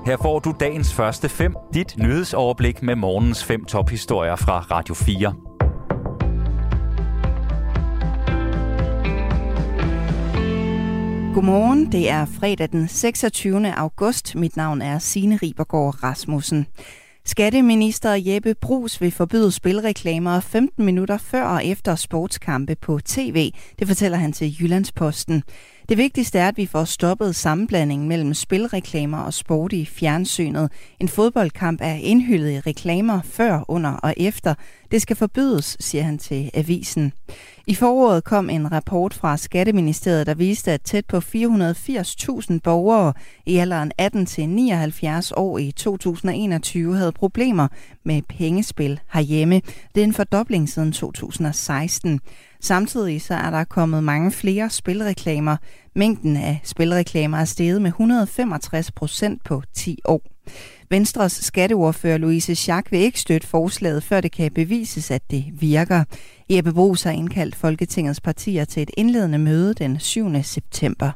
Her får du dagens første 5, dit nyhedsoverblik med morgens 5 tophistorier fra Radio 4. Godmorgen, det er fredag den 26. august. Mit navn er Signe Ribergaard Rasmussen. Skatteminister Jeppe Bruus vil forbyde spilreklamer 15 minutter før og efter sportskampe på tv. Det fortæller han til Jyllandsposten. Det vigtigste er, at vi får stoppet sammenblandingen mellem spilreklamer og sport i fjernsynet. En fodboldkamp er indhyllet i reklamer før, under og efter. Det skal forbydes, siger han til avisen. I foråret kom en rapport fra Skatteministeriet, der viste, at tæt på 480.000 borgere i alderen 18 til 79 år i 2021 havde problemer med pengespil herhjemme. Det er en fordobling siden 2016. Samtidig så er der kommet mange flere spilreklamer. Mængden af spilreklamer er steget med 165% på 10 år. Venstres skatteordfører Louise Schack vil ikke støtte forslaget, før det kan bevises, at det virker. Jeppe Bruus har indkaldt Folketingets partier til et indledende møde den 7. september.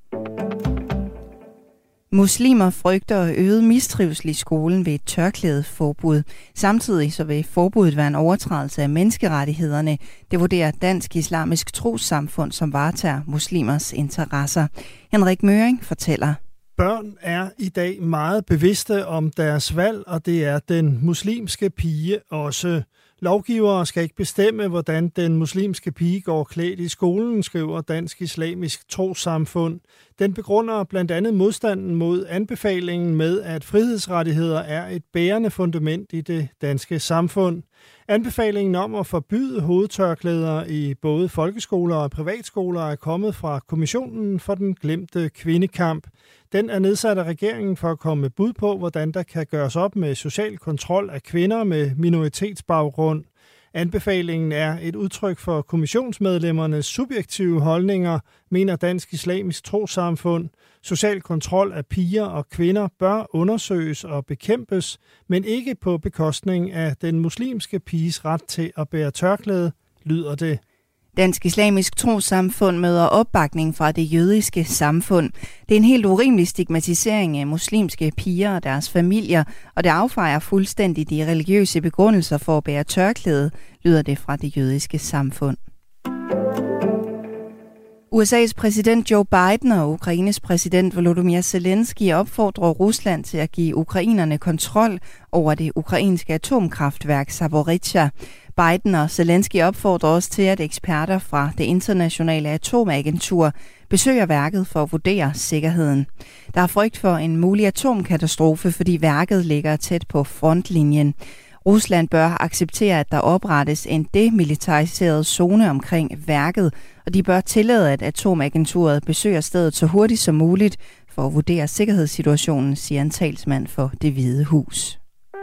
Muslimer frygter øget mistrivsel i skolen ved et tørklædeforbud. Samtidig så vil forbuddet være en overtrædelse af menneskerettighederne. Det vurderer Dansk Islamisk Trossamfund, som varetager muslimers interesser. Henrik Møring fortæller. Børn er i dag meget bevidste om deres valg, og det er den muslimske pige også. Lovgivere skal ikke bestemme, hvordan den muslimske pige går klædt i skolen, skriver Dansk Islamisk Trossamfund. Den begrunder blandt andet modstanden mod anbefalingen med, at frihedsrettigheder er et bærende fundament i det danske samfund. Anbefalingen om at forbyde hovedtørklæder i både folkeskoler og privatskoler er kommet fra Kommissionen for den glemte kvindekamp. Den er nedsat af regeringen for at komme med bud på, hvordan der kan gøres op med social kontrol af kvinder med minoritetsbaggrund. Anbefalingen er et udtryk for kommissionsmedlemmernes subjektive holdninger, mener Dansk Islamisk Trossamfund. Social kontrol af piger og kvinder bør undersøges og bekæmpes, men ikke på bekostning af den muslimske piges ret til at bære tørklæde, lyder det. Dansk Islamisk Trossamfund møder opbakning fra det jødiske samfund. Det er en helt urimelig stigmatisering af muslimske piger og deres familier, og det affejer fuldstændig de religiøse begrundelser for at bære tørklæde, lyder det fra det jødiske samfund. USA's præsident Joe Biden og Ukraines præsident Volodymyr Zelensky opfordrer Rusland til at give ukrainerne kontrol over det ukrainske atomkraftværk Zaporizhzhia. Biden og Zelensky opfordrer også til, at eksperter fra det internationale atomagentur besøger værket for at vurdere sikkerheden. Der er frygt for en mulig atomkatastrofe, fordi værket ligger tæt på frontlinjen. Rusland bør acceptere, at der oprettes en demilitariseret zone omkring værket, og de bør tillade, at atomagenturet besøger stedet så hurtigt som muligt for at vurdere sikkerhedssituationen, siger en talsmand for Det Hvide Hus.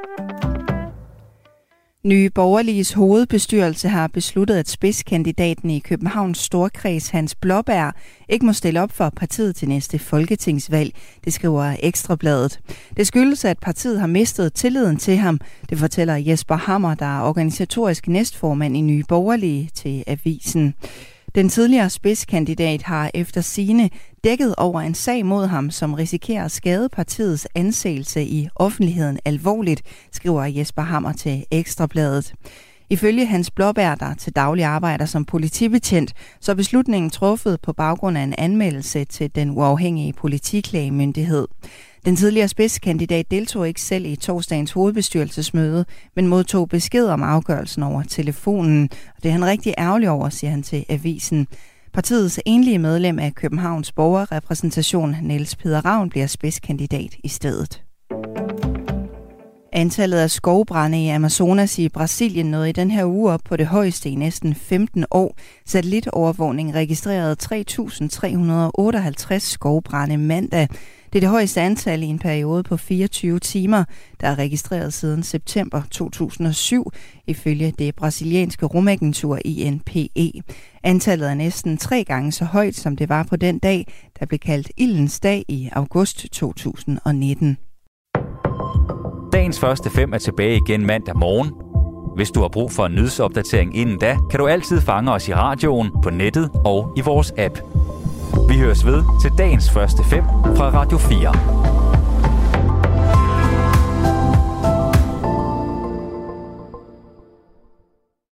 Nye Borgerliges hovedbestyrelse har besluttet, at spidskandidaten i Københavns Storkreds, Hans Blåbær, ikke må stille op for partiet til næste folketingsvalg. Det skriver Ekstrabladet. Det skyldes, at partiet har mistet tilliden til ham. Det fortæller Jesper Hammer, der er organisatorisk næstformand i Nye Borgerlige, til avisen. Den tidligere spidskandidat har efter sigende dækket over en sag mod ham, som risikerer at skade partiets anseelse i offentligheden alvorligt, skriver Jesper Hammer til Ekstrabladet. Ifølge Hans Blåbær, der til daglig arbejder som politibetjent, så er beslutningen truffet på baggrund af en anmeldelse til den uafhængige politiklagemyndighed. Den tidligere spidskandidat deltog ikke selv i torsdagens hovedbestyrelsesmøde, men modtog besked om afgørelsen over telefonen. Og det er han rigtig ærgerlig over, siger han til avisen. Partiets enlige medlem af Københavns borgerrepræsentation, Niels Peder Ravn, bliver spidskandidat i stedet. Antallet af skovbrande i Amazonas i Brasilien nåede i den her uge op på det højeste i næsten 15 år. Satellitovervågning registrerede 3.358 skovbrande mandag. Det er det højeste antal i en periode på 24 timer, der er registreret siden september 2007, ifølge det brasilianske rumagentur INPE. Antallet er næsten 3 gange så højt, som det var på den dag, der blev kaldt Ildens Dag i august 2019. Dagens første 5 er tilbage igen mandag morgen. Hvis du har brug for en nyhedsopdatering inden da, kan du altid fange os i radioen, på nettet og i vores app. Vi høres ved til dagens første 5 fra Radio 4.